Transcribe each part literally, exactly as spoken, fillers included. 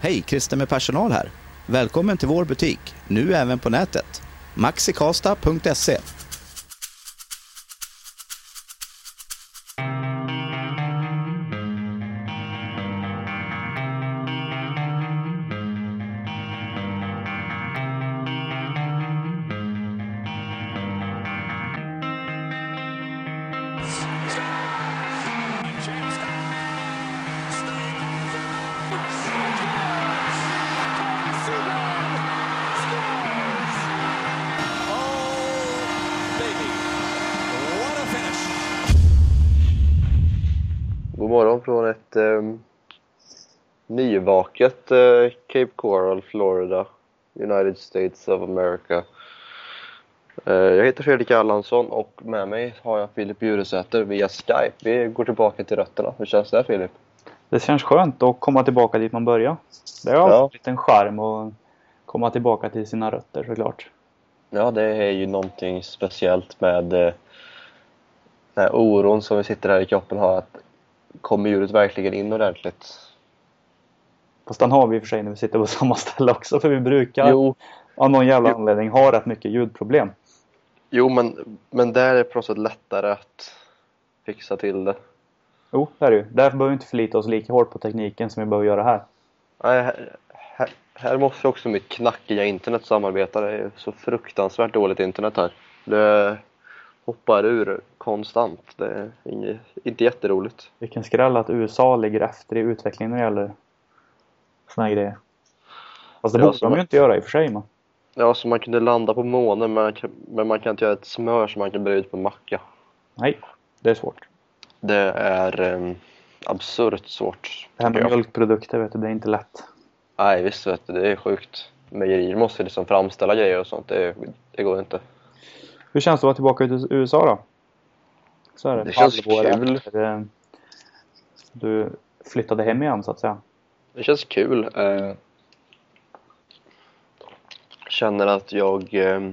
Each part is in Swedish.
Hej, Christer med personal här. Välkommen till vår butik, nu även på nätet. maxikasta punkt se. God morgon från ett um, nyvaket uh, Cape Coral, Florida, United States of America. Uh, jag heter Fredrik Allansson och med mig har jag Filip Juresäter via Skype. Vi går tillbaka till rötterna. Hur känns det här, Filip? Det känns skönt att komma tillbaka dit man börjar. Det är alltid ja. en liten charm att komma tillbaka till sina rötter, såklart. Ja, det är ju någonting speciellt med uh, den här oron som vi sitter här i kroppen har, att kommer djuret verkligen in ordentligt? Fast den har vi i och för sig när vi sitter på samma ställe också. För vi brukar jo. av någon jävla jo. anledning ha rätt mycket ljudproblem. Jo, men, men där är det på något sätt lättare att fixa till det. Jo, det är det ju. Därför behöver vi inte förlita oss lika hårt på tekniken som vi behöver göra här. Nej, här, här, här måste också mitt knackiga internet samarbeta. Det är så fruktansvärt dåligt internet här. Det hoppar ur konstant. Det är inget, inte jätteroligt. Vilken skräll att U S A ligger efter i utvecklingen när det gäller såna här grejer. Fast det ja, borde de ju inte göra i och för sig. Man. Ja, så man kunde landa på månen, men, men man kan inte göra ett smör som man kan börja ut på macka. Nej, det är svårt. Det är um, absurt svårt. Det här med mjölkprodukter, vet du, det är inte lätt. Nej, visst vet du, det är sjukt. Mejerier måste liksom framställa grejer och sånt, det, det går inte. Hur känns det att vara tillbaka i U S A då? Så är det. Det känns kul. Det, du flyttade hem igen, så att säga. Det känns kul. Eh, känner att jag... Eh,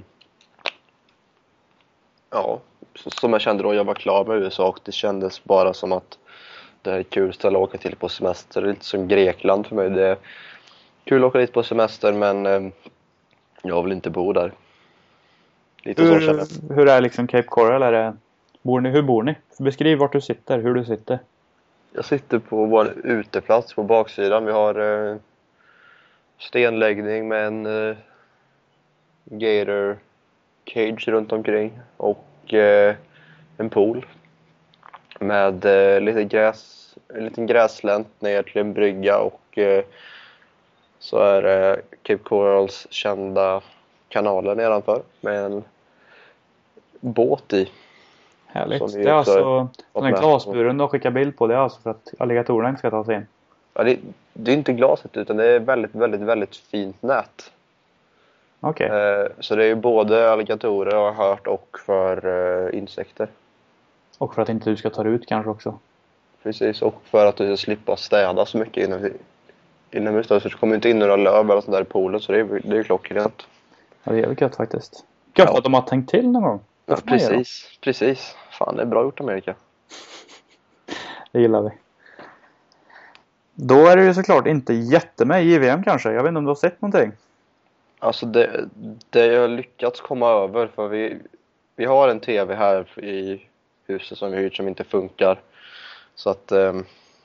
ja, som jag kände då jag var klar med U S A, och det kändes bara som att det är ett kul ställe att åka till på semester. Det är lite som Grekland för mig. Det är kul att åka dit på semester, men eh, jag vill inte bo där. Lite hur, så känner jag. Hur är liksom Cape Coral? Är det, bor ni, hur bor ni? Beskriv vart du sitter, hur du sitter. Jag sitter på vår uteplats på baksidan. Vi har eh, stenläggning med en eh, gator cage runt omkring. Och eh, en pool. Med eh, lite gräs, en liten gräslänt ner till en brygga. Och eh, så är eh, Cape Corals kända kanaler nedanför. Med en båt i. Härligt. Det är alltså den här glasburen du har skickat bild på. Det är alltså för att alligatorerna inte ska ta sig in. Ja, det, det är inte glaset, utan det är väldigt, väldigt, väldigt fint nät. Okej. Okay. Eh, så det är ju både alligatorer har jag hört och för eh, insekter. Och för att inte du ska ta det ut kanske också. Precis, och för att du ska slippa städa så mycket inom, inomhus. Så det kommer inte in några löv eller sånt där i poolen, så det är, det är klockrent. Ja, det är väl gött faktiskt. Gött ja. Att de har tänkt till någon gång. Ja, precis, precis. Fan, det är bra gjort, Amerika. Det gillar vi. Då är det ju såklart inte jättemed i J V M kanske. Jag vet inte om du har sett någonting. Alltså det, det jag har lyckats komma över. För vi, vi har en tv här i huset som vi hyrt som inte funkar. Så att um,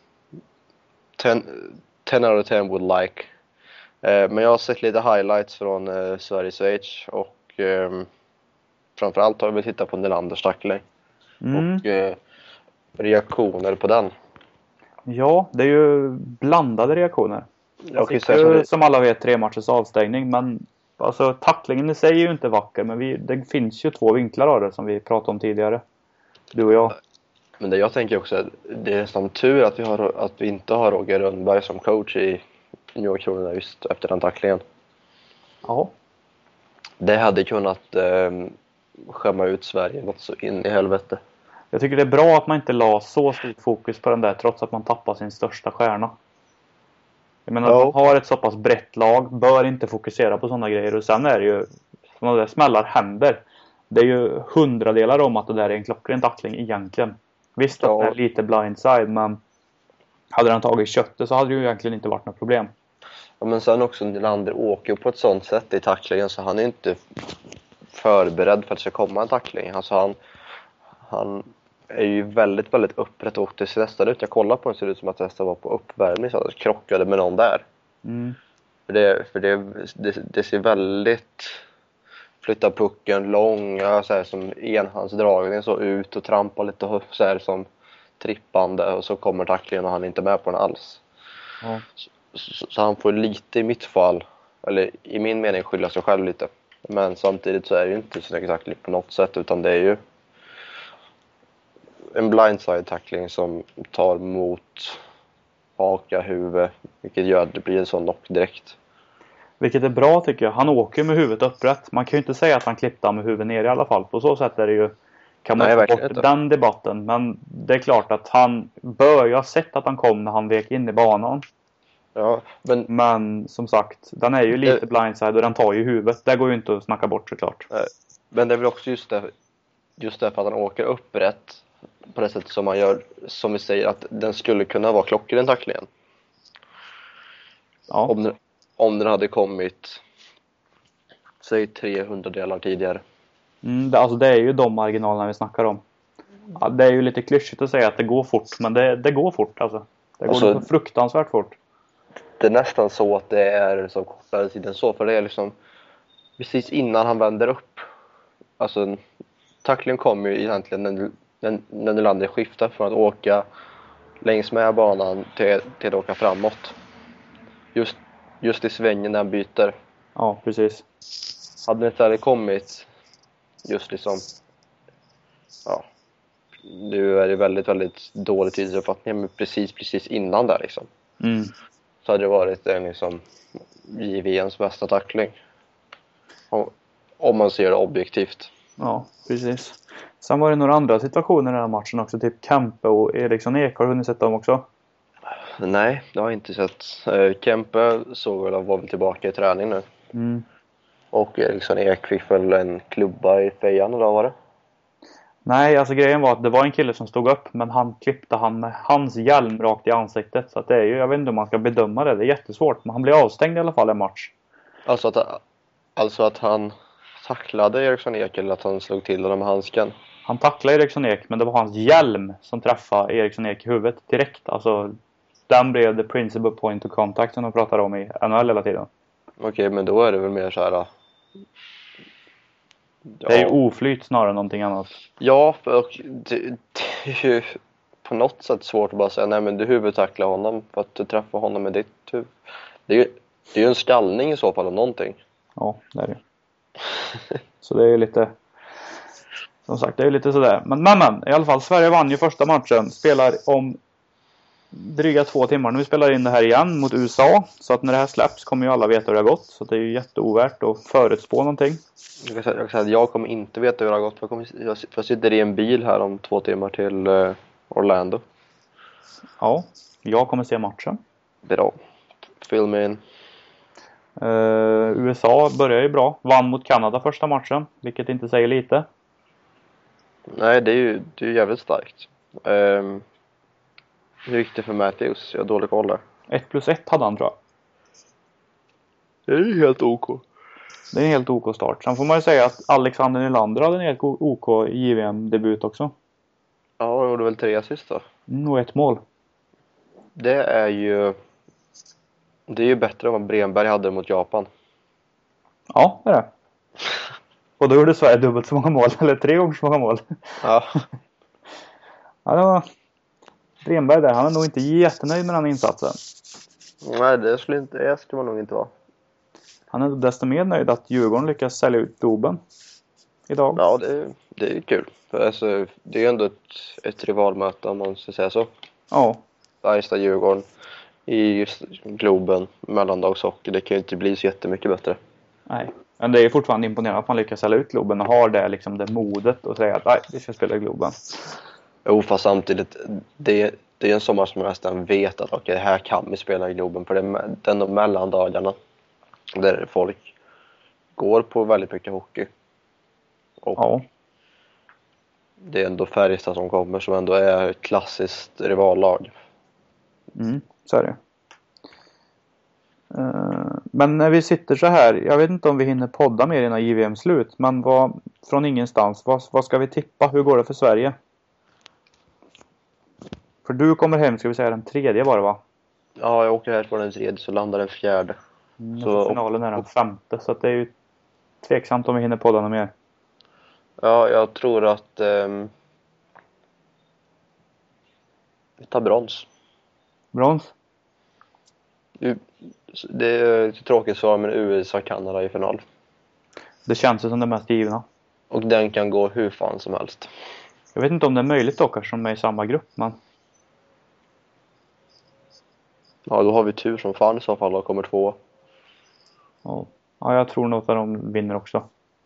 ten out of ten would like. Uh, men jag har sett lite highlights från uh, Sverige-Schweiz. Och um, framförallt har vi tittat på Nylanders tackling. Mm. Och uh, reaktioner på den. Ja, det är ju blandade reaktioner. Jag fick ju, som alla vet, tre matchers avstängning. Men alltså, tacklingen i sig är ju inte vacker. Men vi, det finns ju två vinklar av det som vi pratade om tidigare. Du och jag. Men det jag tänker också är det är nästan tur att vi, har, att vi inte har Roger Rönnberg som coach i New York Kronorna just efter den tacklingen. Ja. Det hade kunnat eh, skämma ut Sverige något så in i helvete. Jag tycker det är bra att man inte la så stort fokus på den där trots att man tappar sin största stjärna. Jag menar, ja. Att man har ett så pass brett lag, bör inte fokusera på sådana grejer. Och sen är det ju, sådana där smällar händer. Det är ju hundradelar om att det där är en klockren tackling egentligen. Visst att ja. Det är lite blindside, men hade den tagit köttet så hade det ju egentligen inte varit något problem. Ja, men sen också Nylander åker ju på ett sånt sätt i tacklingen så han är inte förberedd för att det ska komma en tackling. Alltså han, han är ju väldigt, väldigt upprätt och det ser nästan ut, jag kollar på den, ser ut som att det var på uppvärmning så att det krockade med någon där. Mm. För, det, för det, det, det ser väldigt flytta pucken långa så här, som enhandsdragning så ut och trampa lite och så här, som trippande och så kommer tacklingen och han är inte med på den alls. Ja. Så, så, så han får lite i mitt fall, eller i min mening skylla sig själv lite. Men samtidigt så är det ju inte så exakt på något sätt utan det är ju en blindside-tackling som tar mot haka, huvud, vilket gör att det blir en sån knock direkt. Vilket är bra tycker jag. Han åker med huvudet upprätt. Man kan ju inte säga att han klippte med huvudet ner i alla fall. På så sätt är det ju, kan man Nej, ta bort inte. den debatten. Men det är klart att han bör ju ha sett att han kom när han vek in i banan. Ja, men... men som sagt, den är ju lite blindside och den tar ju huvudet. Det går ju inte att snacka bort såklart. Men det är väl också just det, just därför att han åker upprätt på det sättet som man gör, som vi säger, att den skulle kunna vara klockren tacklingen. Ja. Om, den, om den hade kommit, säg trehundra delar tidigare. Mm, det, alltså det är ju de marginalerna vi snackar om. Ja, det är ju lite klyschigt att säga att det går fort, men det, det går fort alltså. Det går alltså, fruktansvärt fort. Det är nästan så att det är så kortare tiden så, för det är liksom precis innan han vänder upp. Alltså tacklingen kommer ju egentligen när, när, när Nylander skiftar från att åka längs med banan till, till att åka framåt. Just, just i svängen när han byter. Ja, precis. Hade det inte kommit just liksom, ja, nu är det väldigt, väldigt dålig tidsuppfattning, men precis, precis innan där liksom. Mm. Så hade det varit en liksom J V M:s bästa tackling. Om, om man ser det objektivt. Ja, precis. Sen var det några andra situationer i den här matchen också. Typ Kempe och Eriksson Ek. Har du hunnit sett dem också? Nej, det har jag inte sett. Kempe såg väl var väl tillbaka i träning nu. Mm. Och Eriksson Ek fick väl en klubba i fejan idag, var det? Nej, alltså grejen var att det var en kille som stod upp, men han klippte han med hans hjälm rakt i ansiktet. Så att det är ju, jag vet inte om man ska bedöma det. Det är jättesvårt, men han blev avstängd i alla fall en match. Alltså att, alltså att han tacklade Eriksson Ek eller att han slog till honom med handsken? Han tacklade Eriksson Ek, men det var hans hjälm som träffade Eriksson Ek i huvudet direkt. Alltså, den blev the principal point of contact som de pratade om i N H L hela tiden. Okej, okay, men då är det väl mer så här... Ja. Det är ju oflyt snarare än någonting annat. Ja, för det, det är ju på något sätt svårt att bara säga nej men du huvudtacklar honom för att du träffar honom med ditt huvud. Det är ju, det är ju en skallning i så fall om någonting. Ja, det är det. Så det är ju lite... Som sagt, det är ju lite sådär. Men, men, men, i alla fall, Sverige vann ju första matchen. Spelar om dryga två timmar. Nu spelar in det här igen mot U S A. Så att när det här släpps kommer ju alla veta hur det har gått. Så det är ju jätteovärt att förutspå någonting. Jag kan säga, jag kan säga att jag kommer inte veta hur det har gått. För jag, kommer, jag, jag sitter i en bil här om två timmar till uh, Orlando. Ja, jag kommer se matchen. Bra. Fill me in. Uh, U S A börjar ju bra. Vann mot Kanada första matchen. Vilket inte säger lite. Nej, det är ju, det är ju jävligt starkt. Um, hur gick det för Matthews? Jag har dålig koll där. ett plus ett hade han, tror jag. Det är ju helt OK. Det är en helt OK start. Sen får man ju säga att Alexander Nylander hade en helt OK J V M-debut också. Ja, han gjorde väl tre assist då. Mm, och ett mål. Det är ju... Det är ju bättre än vad Bremberg hade mot Japan. Ja, det är det. Och då gjorde Sverige dubbelt så många mål. Eller tre gånger så många mål. Ja. Ja, det var... Bremberg där, han är nog inte jättenöjd med den insatsen. Nej, det skulle, inte, det skulle man nog inte vara. Han är desto mer nöjd att Djurgården lyckas sälja ut Globen idag. Ja, det, det är ju kul. För alltså, det är ju ändå ett, ett rivalmöte om man ska säga så. Ja. Färjestad-Djurgården i Globen, mellandagshockey. Det kan ju inte bli så jättemycket bättre. Nej, men det är fortfarande imponerande att man lyckas sälja ut Globen och har det, liksom, det modet att säga att nej, vi ska spela i Globen. Jo, fast samtidigt, det, det är en sommar som man nästan vet att okej, här kan vi spela i Globen. För det är den och mellandagarna där folk går på väldigt mycket hockey. Och ja. Det är ändå Färjestad som kommer, som ändå är ett klassiskt rivallag. Mm, så är det. Men när vi sitter så här, jag vet inte om vi hinner podda mer innan J V M slut, men vad, från ingenstans, vad, vad ska vi tippa? Hur går det för Sverige? För du kommer hem, ska vi säga den tredje var det, va? Ja, jag åker här på den tredje så landar den fjärde. Mm, så finalen är den femte, så att det är ju tveksamt om vi hinner podda något mer. Ja, jag tror att um, vi tar brons. Brons? Det är ett tråkigt svar, men U S A Kanada i final. Det känns som det mest givna. Och den kan gå hur fan som helst. Jag vet inte om det är möjligt dock eftersom de är i samma grupp, men... Ja, då har vi tur som fan i så fall och kommer två. Ja, jag tror nog att de vinner också.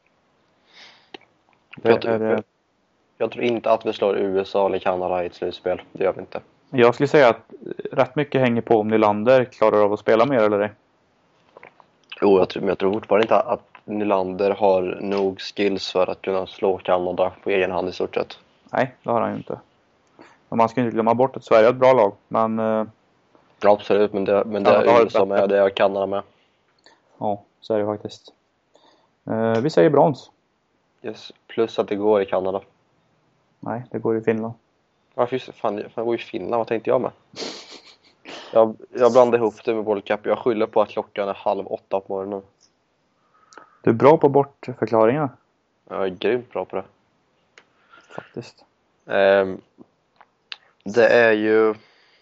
Jag tror, jag, jag tror inte att vi slår U S A eller Kanada i ett slutspel. Det gör vi inte. Jag skulle säga att rätt mycket hänger på om Nylander klarar av att spela mer eller ej. Jo, jag tror, men jag tror fortfarande inte att Nylander har nog skills för att kunna slå Kanada på egen hand i stort sett. Nej, det har han ju inte. Men man ska inte glömma bort att Sverige är ett bra lag, men... Ja, absolut, men det, men det är U S A med, det är Kanada med. Ja, så är det faktiskt. Uh, vi säger brons. Yes, plus att det går i Kanada. Nej, det går i Finland. Varför ja, fan, det går i Finland, vad tänkte jag med? Jag, jag blandade ihop det med World Cup. Jag skyller på att klockan är halv åtta på morgonen. Du är bra på bortförklaringar. Jag är grymt bra på det. Faktiskt. Um, det är ju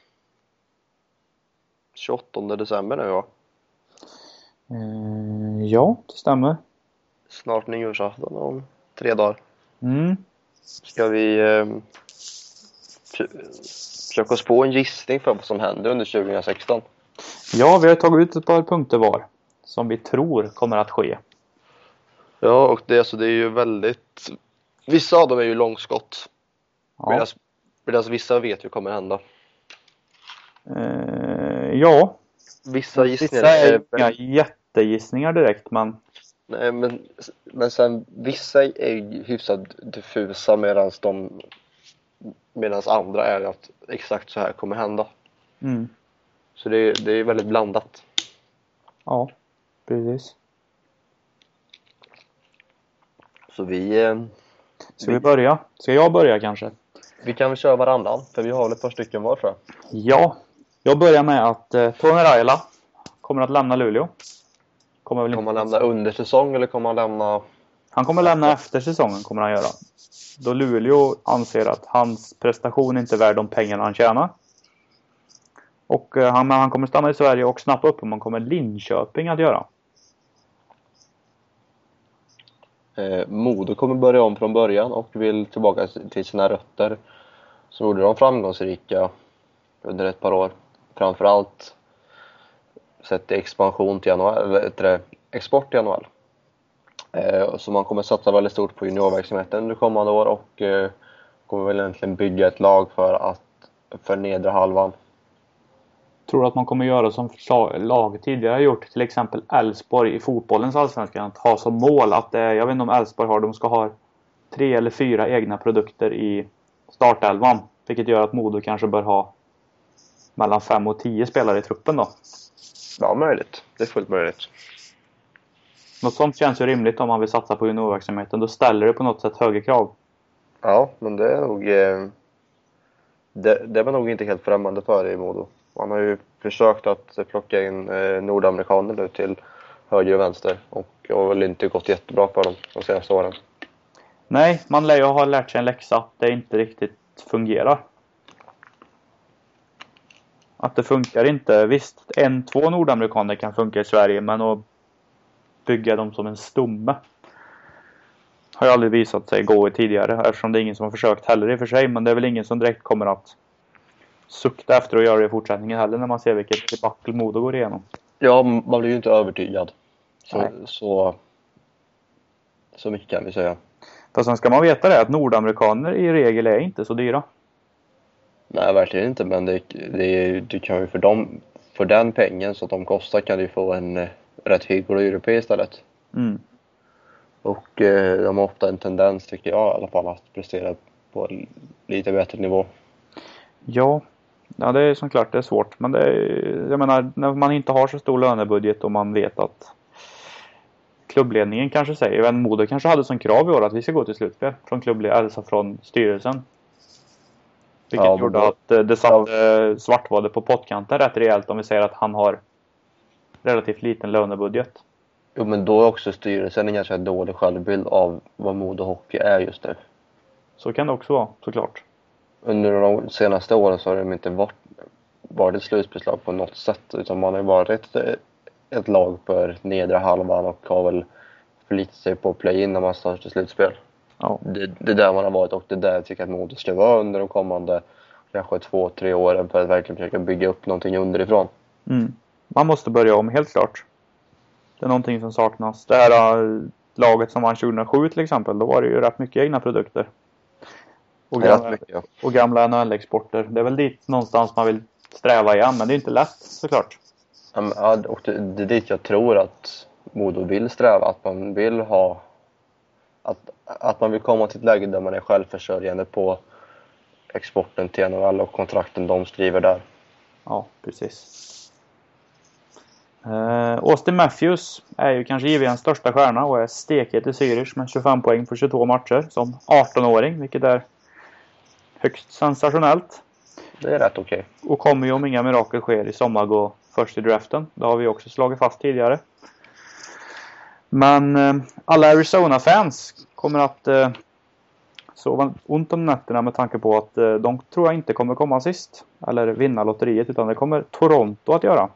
tjugoåttonde december nu, va? Uh, ja, det stämmer. Snart nyårsafton om tre dagar. Mm. Ska vi um, försöka oss på en gissning för vad som händer under tjugohundrasexton? Ja, vi har tagit ut ett par punkter var som vi tror kommer att ske. Ja, och det, alltså, det är ju väldigt... Vissa av dem är ju långskott. Ja. Medan, medan vissa vet ju kommer hända. Uh, ja. Vissa gissningar vissa är, är inga jättegissningar direkt, men... Nej, men, men sen vissa är ju hyfsat diffusa medan de... Medan andra är att exakt så här kommer hända. Mm. Så det, det är väldigt blandat. Ja, precis. Så vi... Eh, Ska vi, vi börja? Ska jag börja kanske? Vi kan väl köra varannan, för vi har väl ett par stycken var, tror jag. Ja, jag börjar med att eh, Tony Raila kommer att lämna Luleå. Kommer, väl kommer han lämna under säsong eller kommer han lämna... Han kommer lämna efter säsongen, kommer han göra. Då Luleå anser att hans prestation inte är värd de pengarna han tjänar. Och eh, han, han kommer stanna i Sverige och snappa upp om man kommer Linköping att göra. Eh, Modo kommer börja om från början och vill tillbaka till sina rötter. Så gjorde de framgångsrika under ett par år. Framförallt sett expansion till N H L, eller det, export till N H L. Eh, så man kommer satsa väldigt stort på juniorverksamheten under kommande år och eh, kommer väl egentligen bygga ett lag för att för nedre halvan. Tror du att man kommer göra som lag tidigare har gjort, till exempel Elfsborg i fotbollens allsvenskan, att ha som mål att det, jag vet inte om Elfsborg har, de ska ha tre eller fyra egna produkter i startelvan, vilket gör att Modo kanske bör ha mellan fem och tio spelare i truppen då? Ja, möjligt. Det är fullt möjligt. Något sånt känns ju rimligt om man vill satsa på juniorverksamheten. Då ställer det på något sätt högre krav. Ja, men det är nog... Eh, det, det var nog inte helt främmande för i Modo. Man har ju försökt att plocka in eh, nordamerikaner nu till höger och vänster. Och det har väl inte gått jättebra för dem de senaste åren. Nej, man lär ju ha lärt sig en läxa att det inte riktigt fungerar. Att det funkar inte. Visst, en, två nordamerikaner kan funka i Sverige, men att bygga dem som en stomme har ju aldrig visat sig gå tidigare, eftersom det är ingen som har försökt heller i och för sig, men det är väl ingen som direkt kommer att sukta efter att göra det i fortsättningen heller när man ser vilket debacle Modo går igenom. Ja, man blir ju inte övertygad. Så, så, så mycket kan vi säga. Fast sen ska man veta det att nordamerikaner i regel är inte så dyra. Nej, verkligen inte, men det, det, du kan ju för dem, för den pengen så att de kostar kan du få en eh, rätt hygglig europé istället. Mm. Och eh, de har ofta en tendens, tycker jag i alla fall, att prestera på en lite bättre nivå. Ja, Ja, det är som klart det är svårt. Men det är, jag menar, när man inte har så stor lönebudget och man vet att klubbledningen kanske säger, även Modo kanske hade som krav i år att vi ska gå till slutspel från klubbledningen, alltså från styrelsen. Vilket ja, gjorde då, att det satt ja. Svartvadet på pottkanten rätt rejält om vi säger att han har relativt liten lönebudget. Jo, men då är också styrelsen en ganska dålig självbild av vad Modo Hockey är just nu. Så kan det också vara, såklart. Under de senaste åren så har de inte varit, varit ett slutspelslag på något sätt. Utan man har varit ett, ett lag för nedre halvan och har väl förlitat sig på play-in när man startar till slutspel. Ja. Det, det är där man har varit och det är där jag tycker att Modo ska vara under de kommande kanske två, tre åren för att verkligen försöka bygga upp någonting underifrån. Mm. Man måste börja om, helt klart. Det är någonting som saknas. Det här uh, laget som vann tjugohundrasju till exempel, då var det ju rätt mycket egna produkter. Och gamla, mycket, ja. och gamla N H L-exporter. Det är väl dit någonstans man vill sträva igen, men det är inte lätt såklart. Ja, och det, det är dit jag tror att Modo vill sträva. Att man vill ha att, att man vill komma till ett läge där man är självförsörjande på exporten till N H L och kontrakten de skriver där. Ja, precis. Uh, Austin Matthews är ju kanske J V N:s största stjärna och är stekhet i Zürich med tjugofem poäng på tjugotvå matcher som arton-åring, vilket är högst sensationellt. Det är rätt okej. Okay. Och kommer ju om inga mirakel sker i sommar gå först i draften. Det har vi också slagit fast tidigare. Men uh, alla Arizona-fans kommer att uh, sova ont om nätterna med tanke på att uh, de tror jag inte kommer komma sist eller vinna lotteriet, utan det kommer Toronto att göra.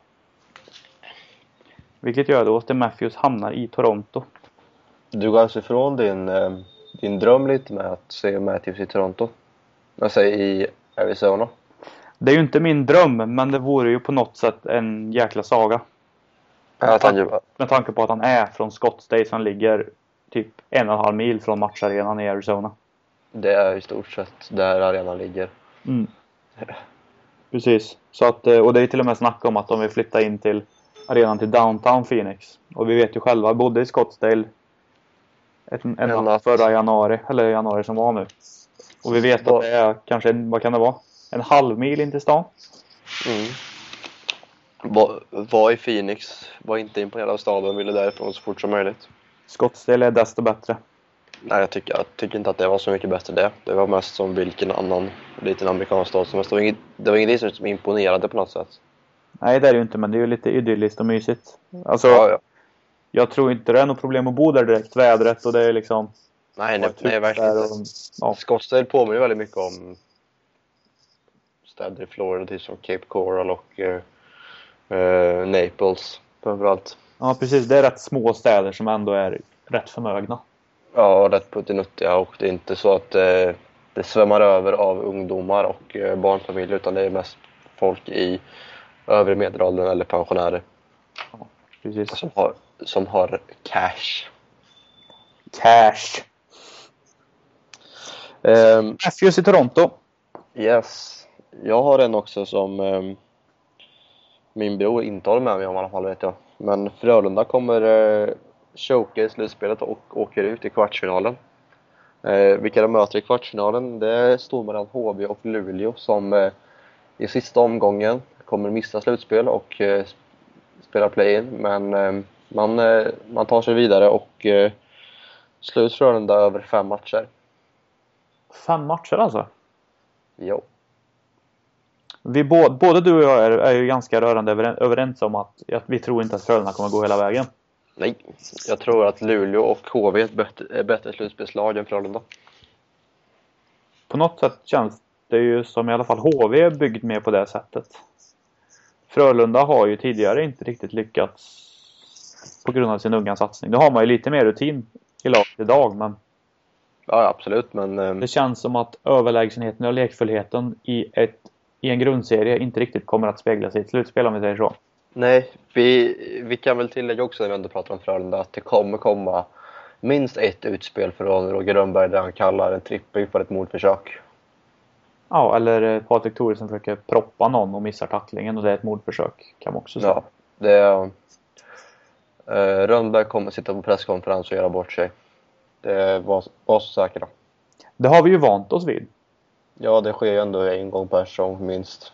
Vilket gör då att Matthews hamnar i Toronto. Du går alltså ifrån din, din dröm lite med att se Matthews i Toronto? Alltså i Arizona? Det är ju inte min dröm, men det vore ju på något sätt en jäkla saga. Med, tanke, med tanke på att han är från Scottsdale som ligger typ en och en halv mil från matcharenan i Arizona. Det är i stort sett där arenan ligger. Mm. Precis. Så att, och det är till och med snack om att de vill flytta in till arenan till downtown Phoenix. Och vi vet ju själva, jag bodde i Scottsdale en, en natt förra januari, eller januari som var nu. Och vi vet att det är kanske, vad kan det vara? En halv mil in till stan. Mm. Var, var i Phoenix, var inte imponerad av staden, ville därifrån så fort som möjligt. Scottsdale är desto bättre. Nej, jag tycker, jag tycker inte att det var så mycket bättre det. Det var mest som vilken annan liten amerikansk stad som helst. Det var inget, det var inget som imponerade på något sätt. Nej, det är det ju inte, men det är ju lite idylliskt och mysigt. Alltså, ja, ja. Jag tror inte det är något problem att bo där direkt. Vädret och det är liksom... Nej, nej, nej verkligen inte. Ja. Scottsdale påminner väldigt mycket om städer i Florida, typ som Cape Coral och uh, uh, Naples framförallt. Ja, precis. Det är rätt små städer som ändå är rätt förmögna. Ja, rätt puttinuttiga, och det är inte så att uh, det svämmar över av ungdomar och uh, barnfamiljer, utan det är mest folk i övre medelåldern eller pensionärer. Ja, precis. Som har, som har cash. Cash. Um, Matthews i Toronto. Yes. Jag har en också som um, min bror inte håller med mig om i alla fall, vet jag. Men Frölunda kommer uh, choka i slutspelet och åker ut i kvartsfinalen. Uh, vilka de möter i kvartsfinalen, det står mellan H V och Luleå som uh, i sista omgången kommer missa slutspel och uh, spela play-in. Men uh, man, uh, man tar sig vidare och uh, slut Frölunda över fem matcher. Fem matcher alltså? Jo. Vi både, både du och jag är, är ju ganska rörande överens om att, att vi tror inte att Frölunda kommer gå hela vägen. Nej, jag tror att Luleå och H V är ett bättre, är bättre slutspelslag än Frölunda. På något sätt känns det ju som i alla fall H V är byggt med på det sättet. Frölunda har ju tidigare inte riktigt lyckats på grund av sin unga satsning. Nu har man ju lite mer rutin i laget idag, men ja, absolut, men um... det känns som att överlägsenheten och lekfullheten i, ett, i en grundserie inte riktigt kommer att spegla sig i ett slutspel, om vi säger så. Nej, vi, vi kan väl tillägga också när vi ändå pratar om Frölunda att det kommer komma minst ett utspel från Roger Rönnberg där han kallar en trippel för ett mordförsök. Ja, eller Patrik Thoresen försöker proppa någon och missar tacklingen och det är ett mordförsök, kan man också säga. Ja, det är... Uh, Rönnberg kommer sitta på presskonferens och göra bort sig. Det var, var så säkert. Det har vi ju vant oss vid. Ja, det sker ju ändå en gång per säsong minst.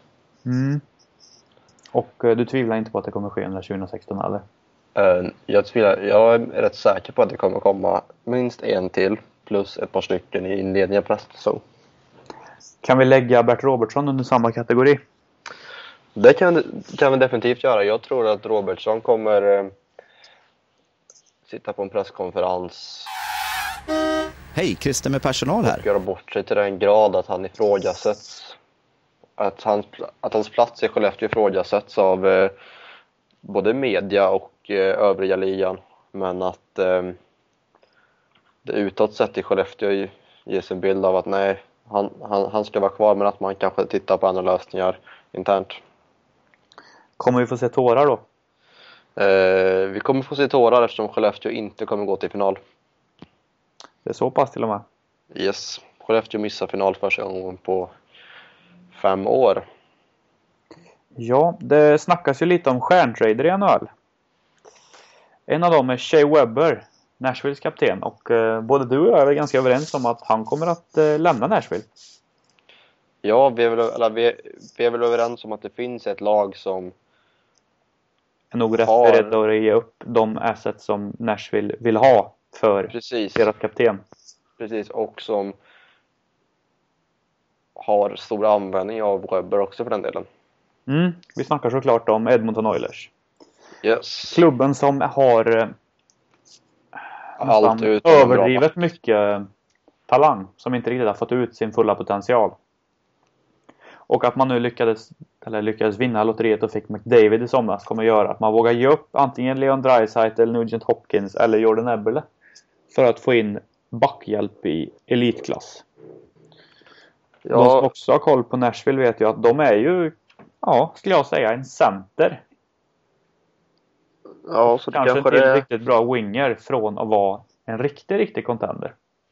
Mm. Och uh, du tvivlar inte på att det kommer ske under tjugo sexton eller? Uh, jag, tvivlar, jag är rätt säker på att det kommer komma minst en till plus ett par stycken i inledningen på nästa säsong. Kan vi lägga Bert Robertson under samma kategori? Det kan, kan vi definitivt göra. Jag tror att Robertson kommer uh, sitta på en presskonferens. Hej, Christer med personal här. Och göra bort sig till den grad att han ifrågasätts. Att, han, att hans plats i Skellefteå ifrågasätts av eh, både media och eh, övriga ligan. Men att eh, det utåt sett i Skellefteå ges en bild av att nej, han, han, han ska vara kvar, men att man kanske tittar på andra lösningar internt. Kommer vi få se tårar då? Eh, vi kommer få se tårar eftersom Skellefteå inte kommer gå till final. Det är så pass till och med. Yes, Skellefteå missar final första gången på fem år. Ja, det snackas ju lite om stjärntrader i N H L. En av dem är Shea Weber, Nashvilles kapten. Och eh, både du och jag är ganska överens om att han kommer att eh, lämna Nashville. Ja, vi är, väl, eller vi, vi är väl överens om att det finns ett lag som är nog rätt har... beredd att ge upp de assets som Nashville vill ha för Precis. deras kapten. Precis, och som har stor användning av Weber också för den delen. Mm, vi snackar såklart om Edmonton Oilers. Yes. Klubben som har eh, Allt utom överdrivet mycket talang, som inte riktigt har fått ut sin fulla potential. Och att man nu lyckades, eller lyckades vinna lotteriet och fick McDavid i somras kommer göra att man vågar ge upp antingen Leon Draisaitl eller Nugent Hopkins eller Jordan Eberle för att få in backhjälp i elitklass. Ja. De som också har koll på Nashville vet ju att de är ju, ja, skulle jag säga, en center. Ja, så det kanske, kanske en till det... riktigt bra winger från att vara en riktig, riktig contender.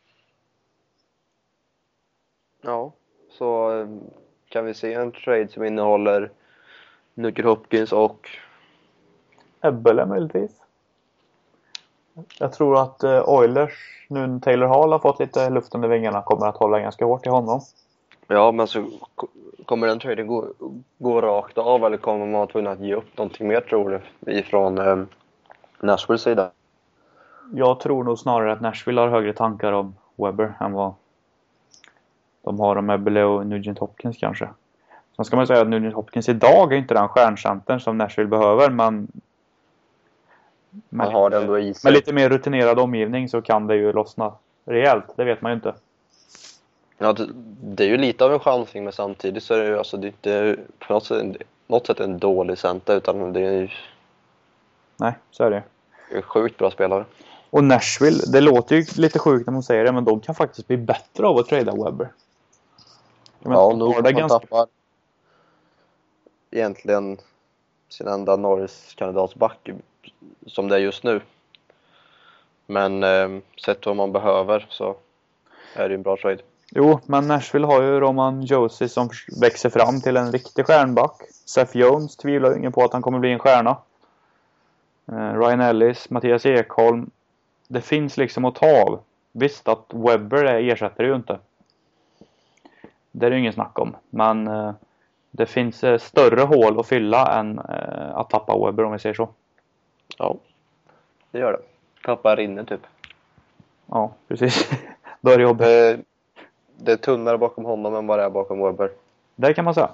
Ja, så kan vi se en trade som innehåller Nugent Hopkins och Eberle möjligtvis. Jag tror att Oilers, nu när Taylor Hall har fått lite luft under vingarna, kommer att hålla ganska hårt i honom. Ja, men så kommer den traden gå, gå rakt av, eller kommer man vara tvungen att ge upp någonting mer, tror du, ifrån eh, Nashvilles sida? Jag tror nog snarare att Nashville har högre tankar om Weber än vad de har om Eberle och Nugent Hopkins kanske. Sen ska man säga att Nugent Hopkins idag är inte den stjärncentern som Nashville behöver, men man har det ändå i sig. Med lite mer rutinerad omgivning så kan det ju lossna rejält, det vet man ju inte. Ja, det, det är ju lite av en chansning, men samtidigt så är det ju alltså, det, det, på något sätt, något sätt en dålig center, utan det är ju... Nej, så är det. Det är sjukt bra spelare. Och Nashville, det låter ju lite sjukt när man säger det, men de kan faktiskt bli bättre av att trada Weber. Men, ja, nog har det man ganska... tappar egentligen sin enda Norris-kandidatsback som det är just nu. Men eh, sett vad man behöver så är det en bra trade. Jo, men Nashville har ju Roman Josi som växer fram till en riktig stjärnback. Seth Jones tvivlar ju ingen på att han kommer bli en stjärna. Eh, Ryan Ellis, Mattias Ekholm. Det finns liksom att ta av. Visst att Weber ersätter ju inte. Det är det ingen snack om. Men eh, det finns eh, större hål att fylla än eh, att tappa Weber, om vi säger så. Ja, det gör det. Tappa rinner typ. Ja, precis. Då är det jobbigt. Det, det är tunnare bakom honom än vad det är bakom Weber. Det kan man säga.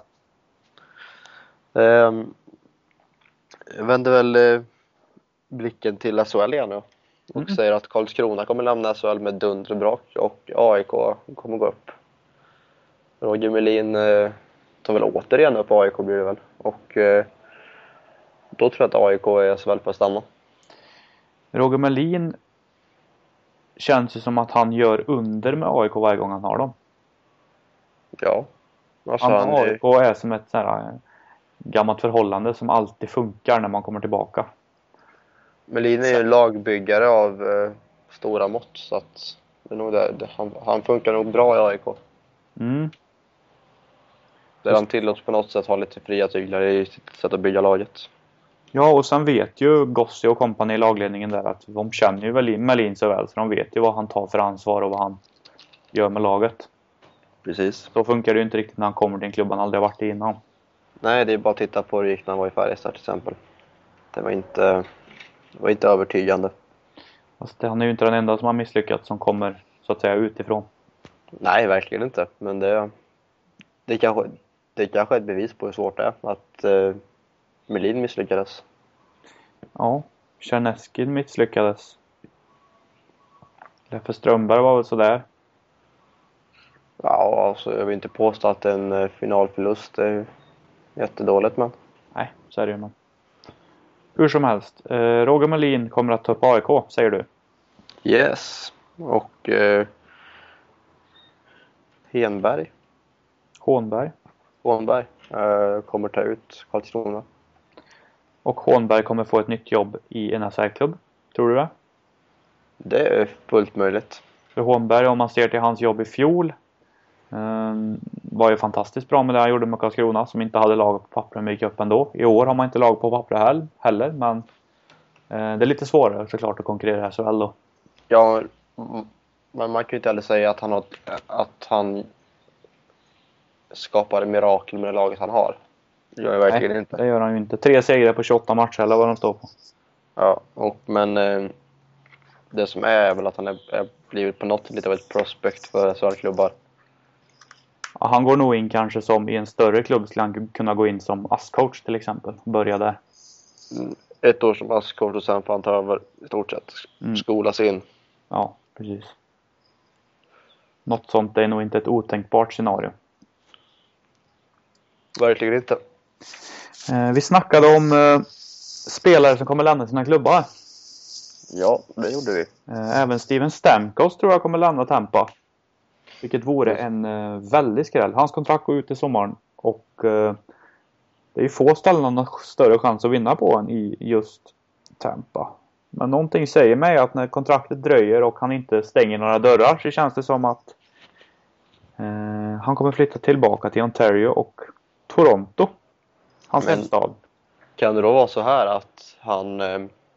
Um, jag vänder väl eh, blicken till S H L igen nu. Och mm. säger att Karlskrona kommer lämna S H L med dunder och brak. Och A I K kommer gå upp. Roger Melin eh, tar väl återigen upp A I K, blir det väl. Och eh, då tror jag att A I K är S H L på att stanna. Roger Melin känns ju som att han gör under med A I K varje gång han har dem. Ja. Alltså han, han A I K är som ett så här gammalt förhållande som alltid funkar när man kommer tillbaka. Melin är ju lagbyggare av eh, stora mått, så att det är nog det, det, han, han funkar nog bra i A I K. Mm. Där han tillåts på något sätt ha lite fria tyglar i sitt sätt att bygga laget. Ja, och sen vet ju Gossi och kompani i lagledningen där att de känner ju Melin så väl, så de vet ju vad han tar för ansvar och vad han gör med laget. Precis. Så funkar det ju inte riktigt när han kommer till en klubb han aldrig har varit i innan. Nej, det är bara att titta på hur det gick när han var i Färjestad till exempel. Det var inte, det var inte övertygande. Fast han är ju inte den enda som har misslyckats som kommer så att säga utifrån. Nej, verkligen inte. Men det, det, kanske, det kanske är ett bevis på hur svårt det är att eh, Melin misslyckades. Ja, Tjärneskin misslyckades. Leffe Strömberg var väl sådär. Ja, alltså jag vill inte påstå att en eh, finalförlust är jättedåligt, men... Nej, så är det ju. Men. Hur som helst, eh, Roger Melin kommer att ta upp A I K, säger du? Yes, och eh, Henberg. Hånberg. Hånberg eh, kommer ta ut Karlskrona. Och Hånberg kommer få ett nytt jobb i en S R-klubb. Tror du det? Det är fullt möjligt. För Hånberg, om man ser till hans jobb i fjol, eh, var ju fantastiskt bra med det han gjorde med Karlskrona, som inte hade lag på papper men gick upp ändå. I år har man inte lag på papper heller, men eh, det är lite svårare såklart att konkurrera så väl då. Ja, men man kan ju inte heller säga att han, har, att han skapar mirakel med det laget han har. Det gör jag verkligen Nej, inte. Det gör han ju inte. Tre segrar på tjugoåtta matcher eller vad de står på. Ja, och, men eh, det som är, är väl att han är, är blivit på något lite av ett prospect för S H L-klubbar. Ja, han går nog in kanske som i en större klubb skulle han kunna gå in som A S S-coach till exempel. Börja där. Ett år som A S S-coach och sen får han ta över i stort sett. Mm. Skolas in. Ja, precis. Något sånt är nog inte ett otänkbart scenario. Verkligen inte. Eh, vi snackade om eh, spelare som kommer lämna sina klubbar. Ja, det gjorde vi. Eh, även Steven Stamkos tror jag kommer lämna Tampa. Vilket vore en eh, väldigt skräll. Hans kontrakt går ut i sommaren. Och eh, det är ju få ställen som har större chans att vinna på än i just Tampa. Men någonting säger mig att när kontraktet dröjer och han inte stänger några dörrar så känns det som att eh, han kommer flytta tillbaka till Ontario och Toronto. Hans hemstad. Kan det då vara så här att han eh,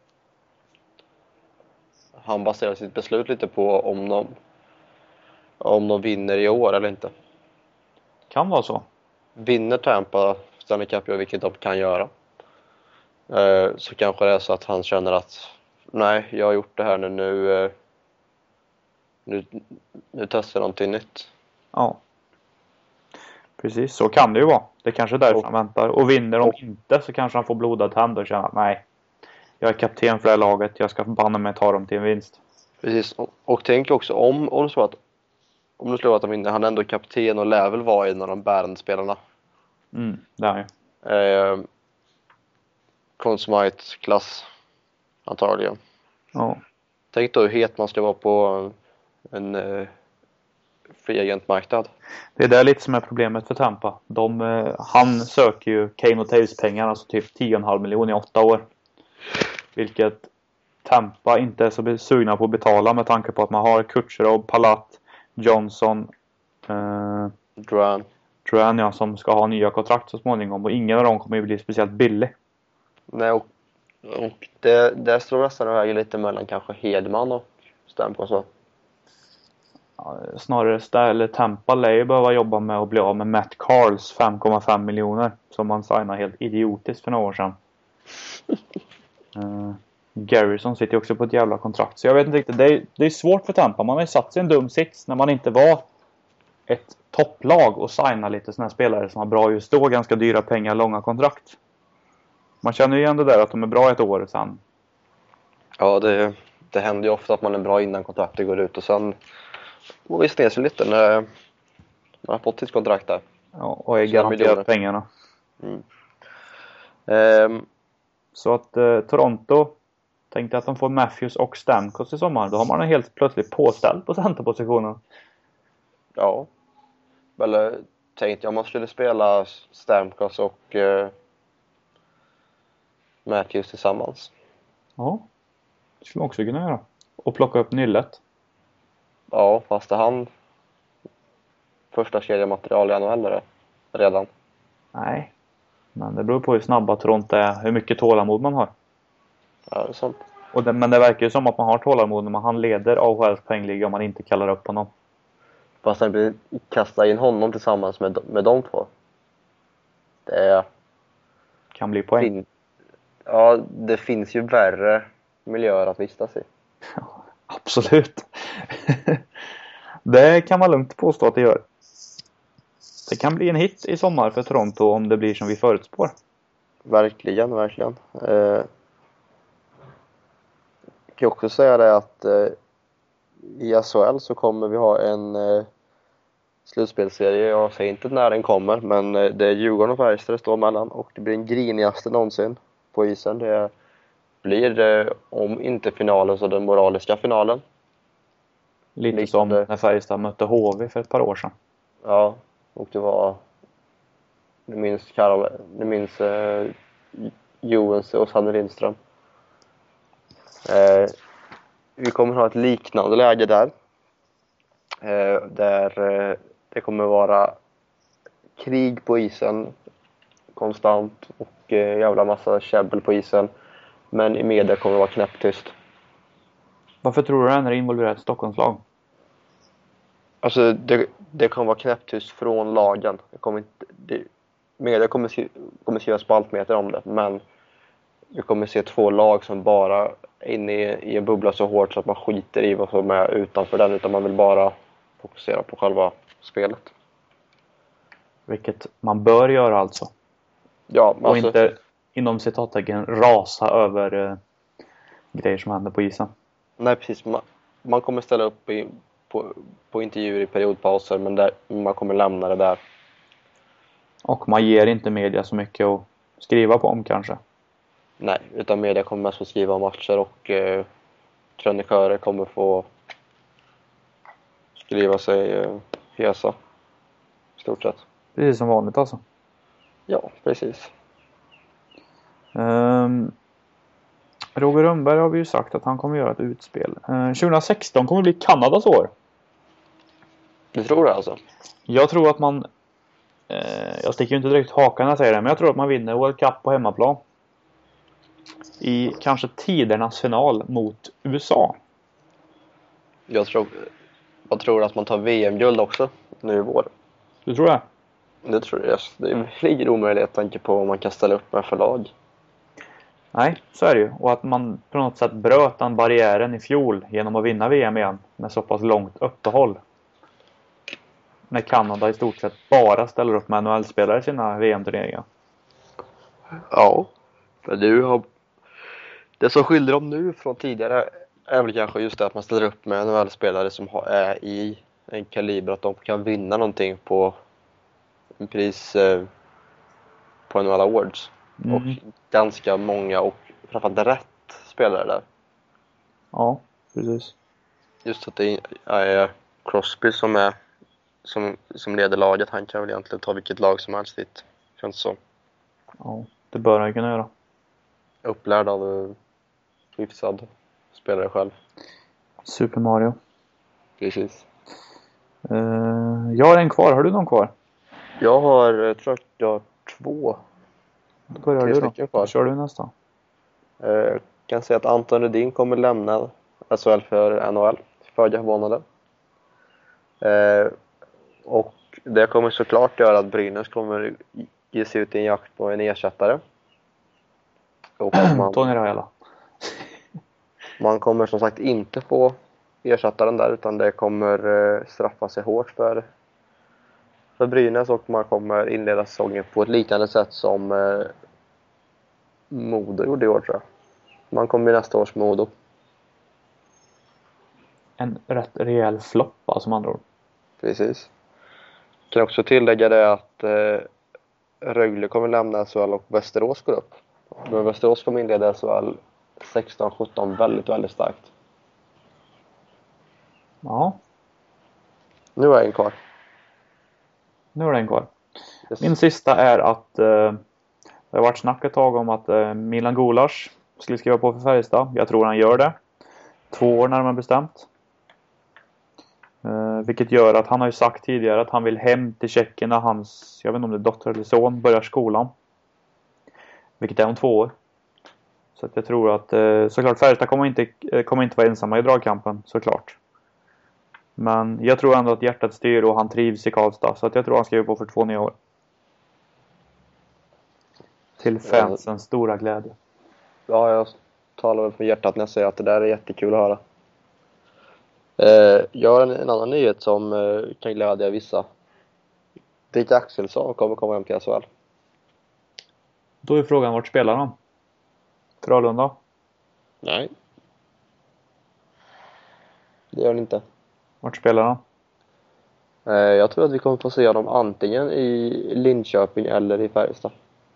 han baserar sitt beslut lite på om de om de vinner i år eller inte? Kan vara så. Vinner Tampa Stanley Cup, vilket de kan göra, eh, så kanske det är så att han känner att nej, jag har gjort det här nu nu, eh, nu, nu testar jag någonting nytt. Ja. Precis, så kan det ju vara. Det kanske är därför och, han väntar. Och vinner de och, inte så kanske han får blodad hand och känner att nej, jag är kapten för det här laget. Jag ska banna mig ta dem till en vinst. Precis, och, och tänk också om, om det så att om det slår att de vinner, han är ändå kapten och lär väl vara en av de bärande spelarna. Mm, det är ju. Eh, Conn Smythe-klass antagligen. Ja. Tänk då hur het man ska vara på en eh, free agent-marknad. Det är det lite som är problemet för Tampa. De, eh, han söker ju Kane och Taves pengar, alltså typ tio komma fem miljoner i åtta år. Vilket Tampa inte är så sugna på att betala med tanke på att man har Kutjerov, Palat, Johnson, eh, Drouin. Drouin, ja, som ska ha nya kontrakt så småningom. Och ingen av dem kommer ju bli speciellt billig. Nej, och, och det, det står nästan och väger lite mellan kanske Hedman och Stamkos. Ja, snarare stä- eller Tampa lär ju behöva jobba med att bli av med Matt Carls fem komma fem miljoner. Som man signade helt idiotiskt för några år sedan. uh, Garrison sitter också på ett jävla kontrakt. Så jag vet inte riktigt. Det är, det är svårt för Tampa. Man har ju satt sig en dum sits när man inte var ett topplag och signa lite såna här spelare som har bra just då. Ganska dyra pengar, långa kontrakt. Man känner ju igen det där att de är bra ett år sen. Ja, det, det händer ju ofta att man är bra innan kontraktet går ut och sen går vi ner sig lite när man har fått sitt kontrakt där. Ja, och är garanterat pengarna. Mm. Um, Så att eh, Toronto tänkte att de får Matthews och Stamkos i sommar. Då har man en helt plötsligt påställd på centerpositionen. Ja. Eller tänkte jag man skulle spela Stamkos och eh, Matthews tillsammans. Ja, det skulle man också kunna göra. Och plocka upp nyllet. Ja, fast är han första kedjematerial i N H L redan? Nej, men det beror på hur snabba Toronto är. Hur mycket tålamod man har. Ja, det är sant. Och det, men det verkar ju som att man har tålamod när man han leder A H L:s poängliga om man inte kallar upp honom. Fast han blir kasta in honom tillsammans med, med de två. Det är, kan bli poäng. Fin- ja, det finns ju värre miljöer att vistas i. Absolut. Det kan man lugnt påstå att det gör. Det kan bli en hit i sommar för Toronto om det blir som vi förutspår. Verkligen, verkligen. Eh, jag kan också säga det att eh, i S H L så kommer vi ha en eh, slutspelserie. Jag säger inte när den kommer, men eh, det är Djurgården och Färjestad det står mellan. Och det blir den grinigaste någonsin på isen. Det blir, eh, om inte finalen, så den moraliska finalen. Lite Liknande. som när Färjestad mötte H V för ett par år sedan. Ja, och det var... Nu minns Karol, nu minns eh, Joens och Sanne Lindström. Eh, vi kommer ha ett liknande läge där. Eh, där eh, det kommer vara krig på isen konstant och eh, jävla massa käbbel på isen. Men i media kommer det vara knäpptyst. Varför tror du det när det involverar ett Stockholmslag? Alltså det, det kommer vara knäpptyst från lagen. Det kommer inte, det, media kommer, skri, kommer skriva spaltmeter om det, men vi kommer se två lag som bara är inne i, i en bubbla så hårt så att man skiter i vad som är utanför den, utan man vill bara fokusera på själva spelet. Vilket man bör göra alltså. Ja, och alltså, inte inom citattecken rasa över eh, grejer som händer på isen. Nej, precis. Man, man kommer ställa upp i, på, på intervjuer i periodpauser, men där, man kommer lämna det där. Och man ger inte media så mycket att skriva på om kanske. Nej, utan media kommer mest få skriva om matcher och eh, krönikörer kommer få skriva sig eh, hesa. I stort sett. Precis som vanligt alltså. Ja, precis. Um, Roger Rönnberg har vi ju sagt att han kommer göra ett utspel. Uh, tjugo sexton kommer bli Kanadas år. Du tror det alltså? Jag tror att man... Uh, jag sticker ju inte direkt hakan när jag säger det, men jag tror att man vinner World Cup på hemmaplan. I kanske tidernas final mot U S A. Jag tror, jag tror att man tar V M-guld också nu i vår. Du tror det? Det tror jag. Det ligger omöjligt att tänka på vad man kan ställa upp med för lag. Nej, så är det ju. Och att man på något sätt bröt den barriären i fjol genom att vinna V M igen med så pass långt uppehåll. När Kanada i stort sett bara ställer upp med N H L-spelare i sina V M-turneringar. Ja, för du har... Det som skiljer dem nu från tidigare är väl kanske just det att man ställer upp med N H L-spelare som är i en kaliber att de kan vinna någonting på en pris eh, på N H L Awards. Mm. Och ganska många och framförallt rätt spelare där. Ja, precis. Just att det är Crosby som är som, som leder laget. Han kan väl egentligen ta vilket lag som helst dit. Känns så. Ja, det bör han kunna göra. Upplärd av uh, hyfsad spelare själv. Super Mario. Precis. Uh, jag har en kvar. Har du någon kvar? Jag har, jag tror att jag har två. Då börjar Tre du då. stycken kvar. Då kör du nästa. Uh, jag kan säga att Anton Rudin kommer lämna S H L för N H L. Föga förvånade. Uh, och det kommer såklart göra att Brynäs kommer ge sig ut i en jakt på en ersättare. Och man, Tony Rajala. man kommer som sagt inte få ersättaren där, utan det kommer uh, straffa sig hårt för för Brynäs, och man kommer inleda säsongen på ett liknande sätt som uh, Modo gjorde i år, tror jag. Man kommer i nästa års Modo. En rätt rejäl floppa som andra ord. Precis. Jag kan också tillägga det att uh, Rögle kommer lämna S H L och Västerås går upp. Men Västerås kommer inleda S H L sexton sjutton väldigt, väldigt starkt. Ja, Nu är en kvar. nu är den kvar. Yes. Min sista är att eh, det har varit snack ett tag om att eh, Milan Gulas skulle skriva på för Färjestad. Jag tror han gör det. Två år närmare bestämt. Eh, vilket gör att han har ju sagt tidigare att han vill hem till Tjeckien när hans, jag vet inte om det är dotter eller son, börjar skolan. Vilket är om två år. Så att jag tror att eh, såklart Färjestad kommer inte, eh, kommer inte vara ensamma i dragkampen, såklart. Men jag tror ändå att hjärtat styr och han trivs i Karlstad. Så att jag tror han skriver på för två nya år. Till fansens stora glädje. Ja, jag talar väl från hjärtat när jag säger att det där är jättekul att höra. Eh, jag har en, en annan nyhet som eh, kan glädja vissa. Dick Axelsson kommer komma hem till S H L. Då är frågan, vart spelar han? Frölunda? Nej. Det gör han inte. Vart spelar han? Eh, jag tror att vi kommer få se honom antingen i Linköping eller i Färjestad.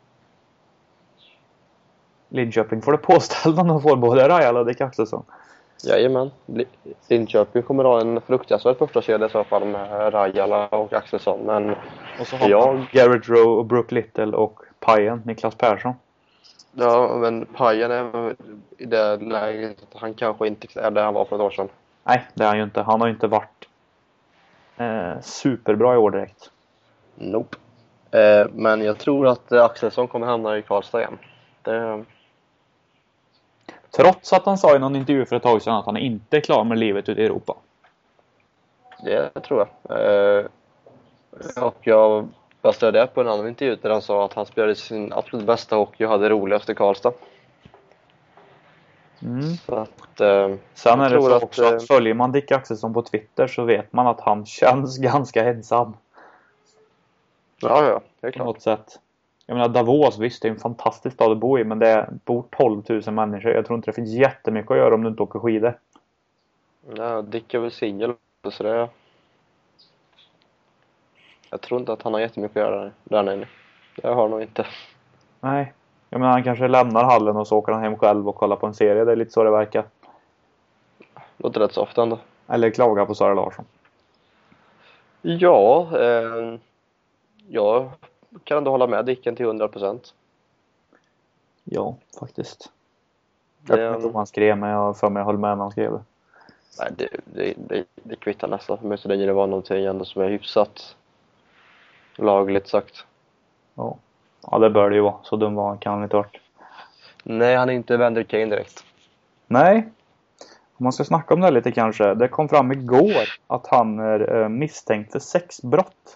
Linköping får det påställt om de får både Rajala och Dick Axelsson. Jajamän. Linköping kommer ha en fruktansvärd första kedja i så fall med Rajala och Axelsson. Men och så har jag... man Garrett Rowe och Brook Little och Pajen, Niklas Persson. Ja, men Pajen är i det läget att han kanske inte är där han var för ett år sedan. Nej, det är han ju inte. Han har ju inte varit eh, superbra i år direkt. Nope. Eh, men jag tror att Axelsson kommer hamna i Karlstad igen. Det... Trots att han sa i någon intervju för ett tag sedan att han inte är klar med livet ute i Europa. Det tror jag. Eh, och jag baserade det på en annan intervju där han sa att han spelade sin absolut bästa hockey och hade roligast i Karlstad. Mm. Så att, eh, Sen är det så att, också att följer man Dick Axelsson på Twitter så vet man att han känns ganska ensam. Ja, ja, det är på klart. något sätt. Jag menar, Davos, visst, det är en fantastisk stad att bo i, men det bor tolv tusen människor. Jag tror inte det finns jättemycket att göra om du inte åker skidor. Ja, Dick är väl singel, så det... Jag tror inte att han har jättemycket att göra där nere. Jag har nog inte. Nej, jag menar, han kanske lämnar hallen och så åker han hem själv och kollar på en serie. Det är lite så det verkar. Låter rätt så ofta ändå. Eller klaga på Sara Larsson. Ja, eh, jag kan ändå hålla med Dicken till hundra procent. Ja, faktiskt. Det, Jag vet inte om han skrev, men jag för mig jag höll med när han skrev det. Nej, det, det, det, det kvittar nästan för mig så länge det var någonting ändå som är hyfsat lagligt sagt. Ja, ja det bör det ju vara. Så dum var han, kan han inte varit. Nej, han är inte Vander Kane direkt. Nej. Om man ska snacka om det lite kanske. Det kom fram igår att han är misstänkt för sexbrott.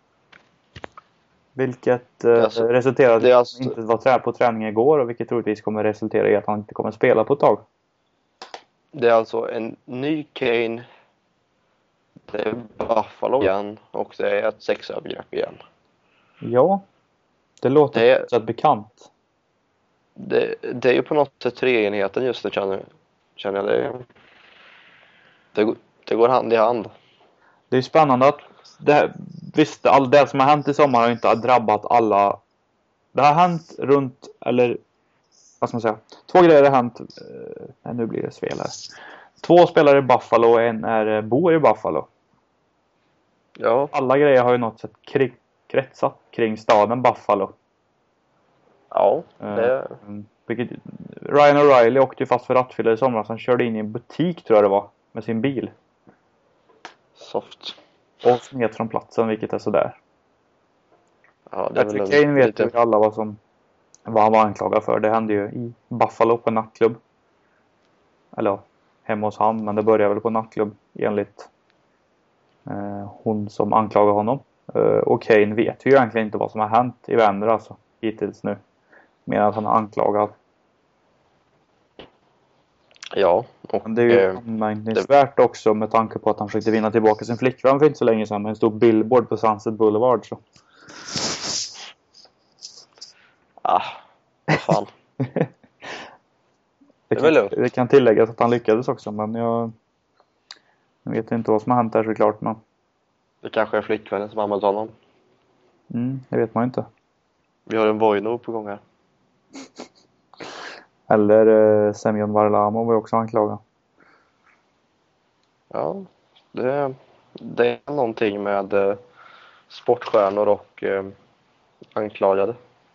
Vilket eh, alltså, resulterade i att alltså... han inte var trä på träning igår. Och vilket troligtvis kommer resultera i att han inte kommer spela på ett tag. Det är alltså en ny Kane. Det är Buffalo igen. Och det är ett sexövergrepp igen. Ja. Det låter det är, så bekant. Det, det är ju på något sätt treenheten just nu känner, känner jag. Det, det, det går hand i hand. Det är spännande att det, visst, all det som har hänt i sommar har inte drabbat alla. Det har hänt runt, eller vad ska man säga, två grejer har hänt. Nej, nu blir det svel här. Två spelare i Buffalo och en är bor i Buffalo. Ja. Alla grejer har ju något sätt krig, kretsat kring staden Buffalo. Ja, det... Uh, vilket, Ryan O'Reilly åkte ju fast för rattfylla i somras. Han körde in i en butik, tror jag det var, med sin bil. Soft. Och smet från platsen, vilket är sådär. Ja, det är Patrick Kane vet lite... ju alla vad som vad han var anklagad för. Det hände ju i Buffalo på en nattklubb. Eller ja, hemma hos han, men det började väl på en nattklubb enligt eh, hon som anklagade honom. Eh, och Kane vet ju egentligen inte vad som har hänt i Vänder alltså, hittills nu. Medan han är anklagad. Ja. Och, men det är ju eh, anmärkningsvärt det... också med tanke på att han försökte vinna tillbaka sin flickvän för inte så länge sedan med en stor billboard på Sunset Boulevard. Så. Ah, vad fan. det, det, kan, det kan tilläggas att han lyckades också, men jag, jag vet inte vad som har hänt där såklart. Men... Det kanske är flickvännen som använt honom. Mm, det vet man inte. Vi har en Vojno på gång här. Eller eh, Semyon Varlamov var också anklagad. Ja, det, det är någonting med eh, sportstjärnor och eh, anklagade.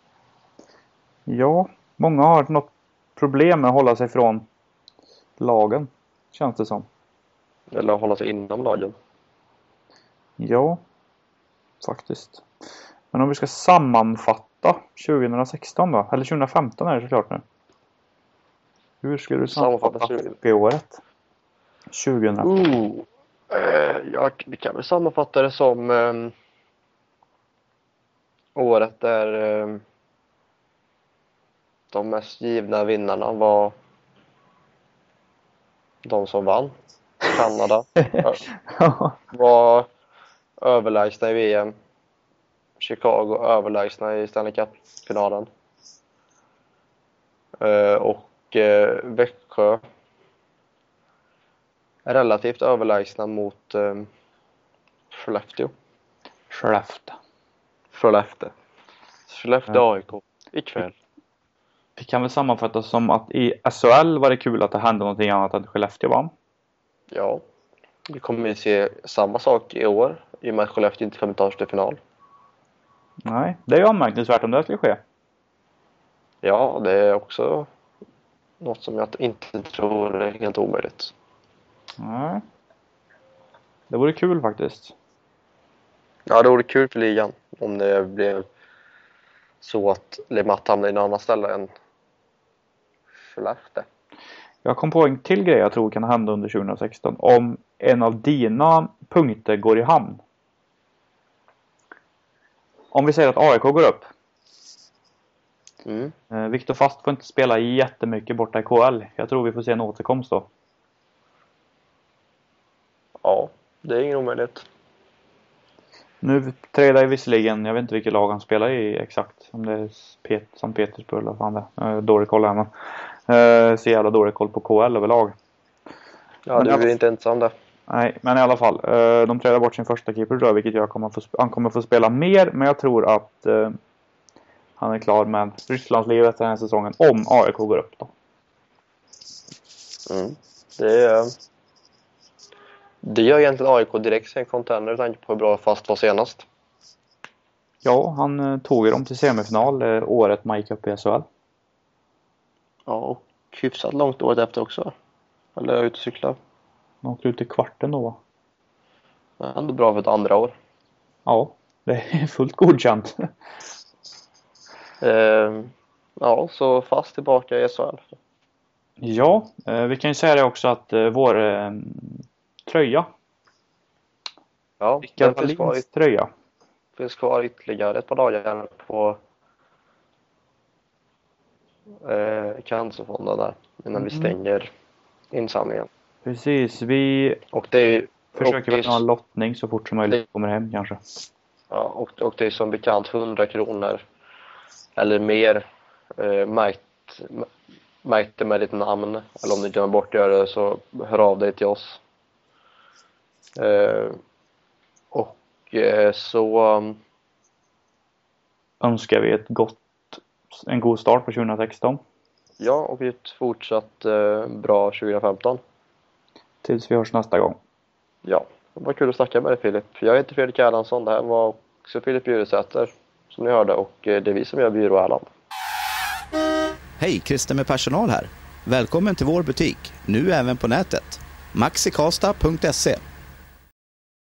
Ja, många har något problem med att hålla sig från lagen, känns det som. Eller att hålla sig inom lagen. Ja, faktiskt. Men om vi ska sammanfatta tjugohundrasexton då, eller tjugohundrafemton är det såklart nu. Hur skulle du sammanfatta hockeyåret? tjugohundrafemton. Uh, eh, jag vi kan väl sammanfatta det som eh, året där eh, de mest givna vinnarna var de som vann. Kanada var överlägsna i V M. Chicago överlägsna i Stanley Cup-finalen. Uh, och uh, Växjö är relativt överlägsna mot um, Skellefteå. Skellefteå. Skellefteå. Skellefteå A I K ikväll. Vi kan väl sammanfatta som att i S H L var det kul att det hände någonting annat än Skellefteå vann. Ja, vi kommer att se samma sak i år i och med att Skellefteå inte kommer ta till final. Nej, det är ju anmärkningsvärt om det skulle ske. Ja, det är också något som jag inte tror är helt omöjligt. Nej. Det vore kul faktiskt. Ja, det vore kul för ligan om det blev så att LeMatt hamnar i en annan ställe än Skellefteå. Jag kom på en till grej jag tror kan hända under tjugo sexton. Om en av dina punkter går i hamn. Om vi säger att A I K går upp. Mm. Viktor Fast får inte spela jättemycket borta i K L. Jag tror vi får se en återkomst då. Ja, det är ingen omöjlighet. Nu trädar jag visserligen, jag vet inte vilket lag han spelar i exakt. Om det är Pet, Sankt Petersburg eller vad fan det är. Dålig koll här men. Uh, så jävla dålig koll på K L överlag. Ja, men du är alla... inte ensam där. Nej, men i alla fall. Uh, de trädar bort sin första keeper tror jag, vilket jag kommer få, han kommer få spela mer. Men jag tror att uh, han är klar med Rysslandslivet den här säsongen. Om A I K går upp då. Mm. Det är... Det gör egentligen A I K direkt sen contender med tanke på hur bra Fast var senast. Ja, han uh, tog ju dem till semifinal uh, året man gick upp i S H L. Ja, och hyfsat långt året efter också. Eller är jag ute och cyklar. Han åkte ut i kvarten då va? Det är ändå bra för ett andra år. Ja, det är fullt godkänt. eh, ja, så Fast tillbaka i S H L. Ja, eh, vi kan ju säga det också att eh, vår eh, tröja. Ja, Rickard Wallins tröja. Det finns kvar ytterligare ett par dagar på eh, cancerfonden där innan mm. vi stänger insamlingen. Precis, vi och det är, försöker och väl ha en lottning så fort som möjligt kommer hem kanske. Ja, och, och det är som bekant hundra kronor eller mer eh, märkt, märkt med ditt namn. Eller om du glömmer bort göra det så hör av dig till oss. Eh, och eh, så um, önskar vi ett gott en god start på tjugo sexton. Ja, och ett fortsatt eh, bra tjugo femton. Tills vi hörs nästa gång. Ja, det var kul att snacka med dig Filip. Jag heter Fredrik Erlandsson. Det här var också Filip Bjuresäter som ni hörde. Och eh, det är vi som gör Byrå Erland. Hej, Christer med personal här. Välkommen till vår butik. Nu även på nätet. maxikasta punkt se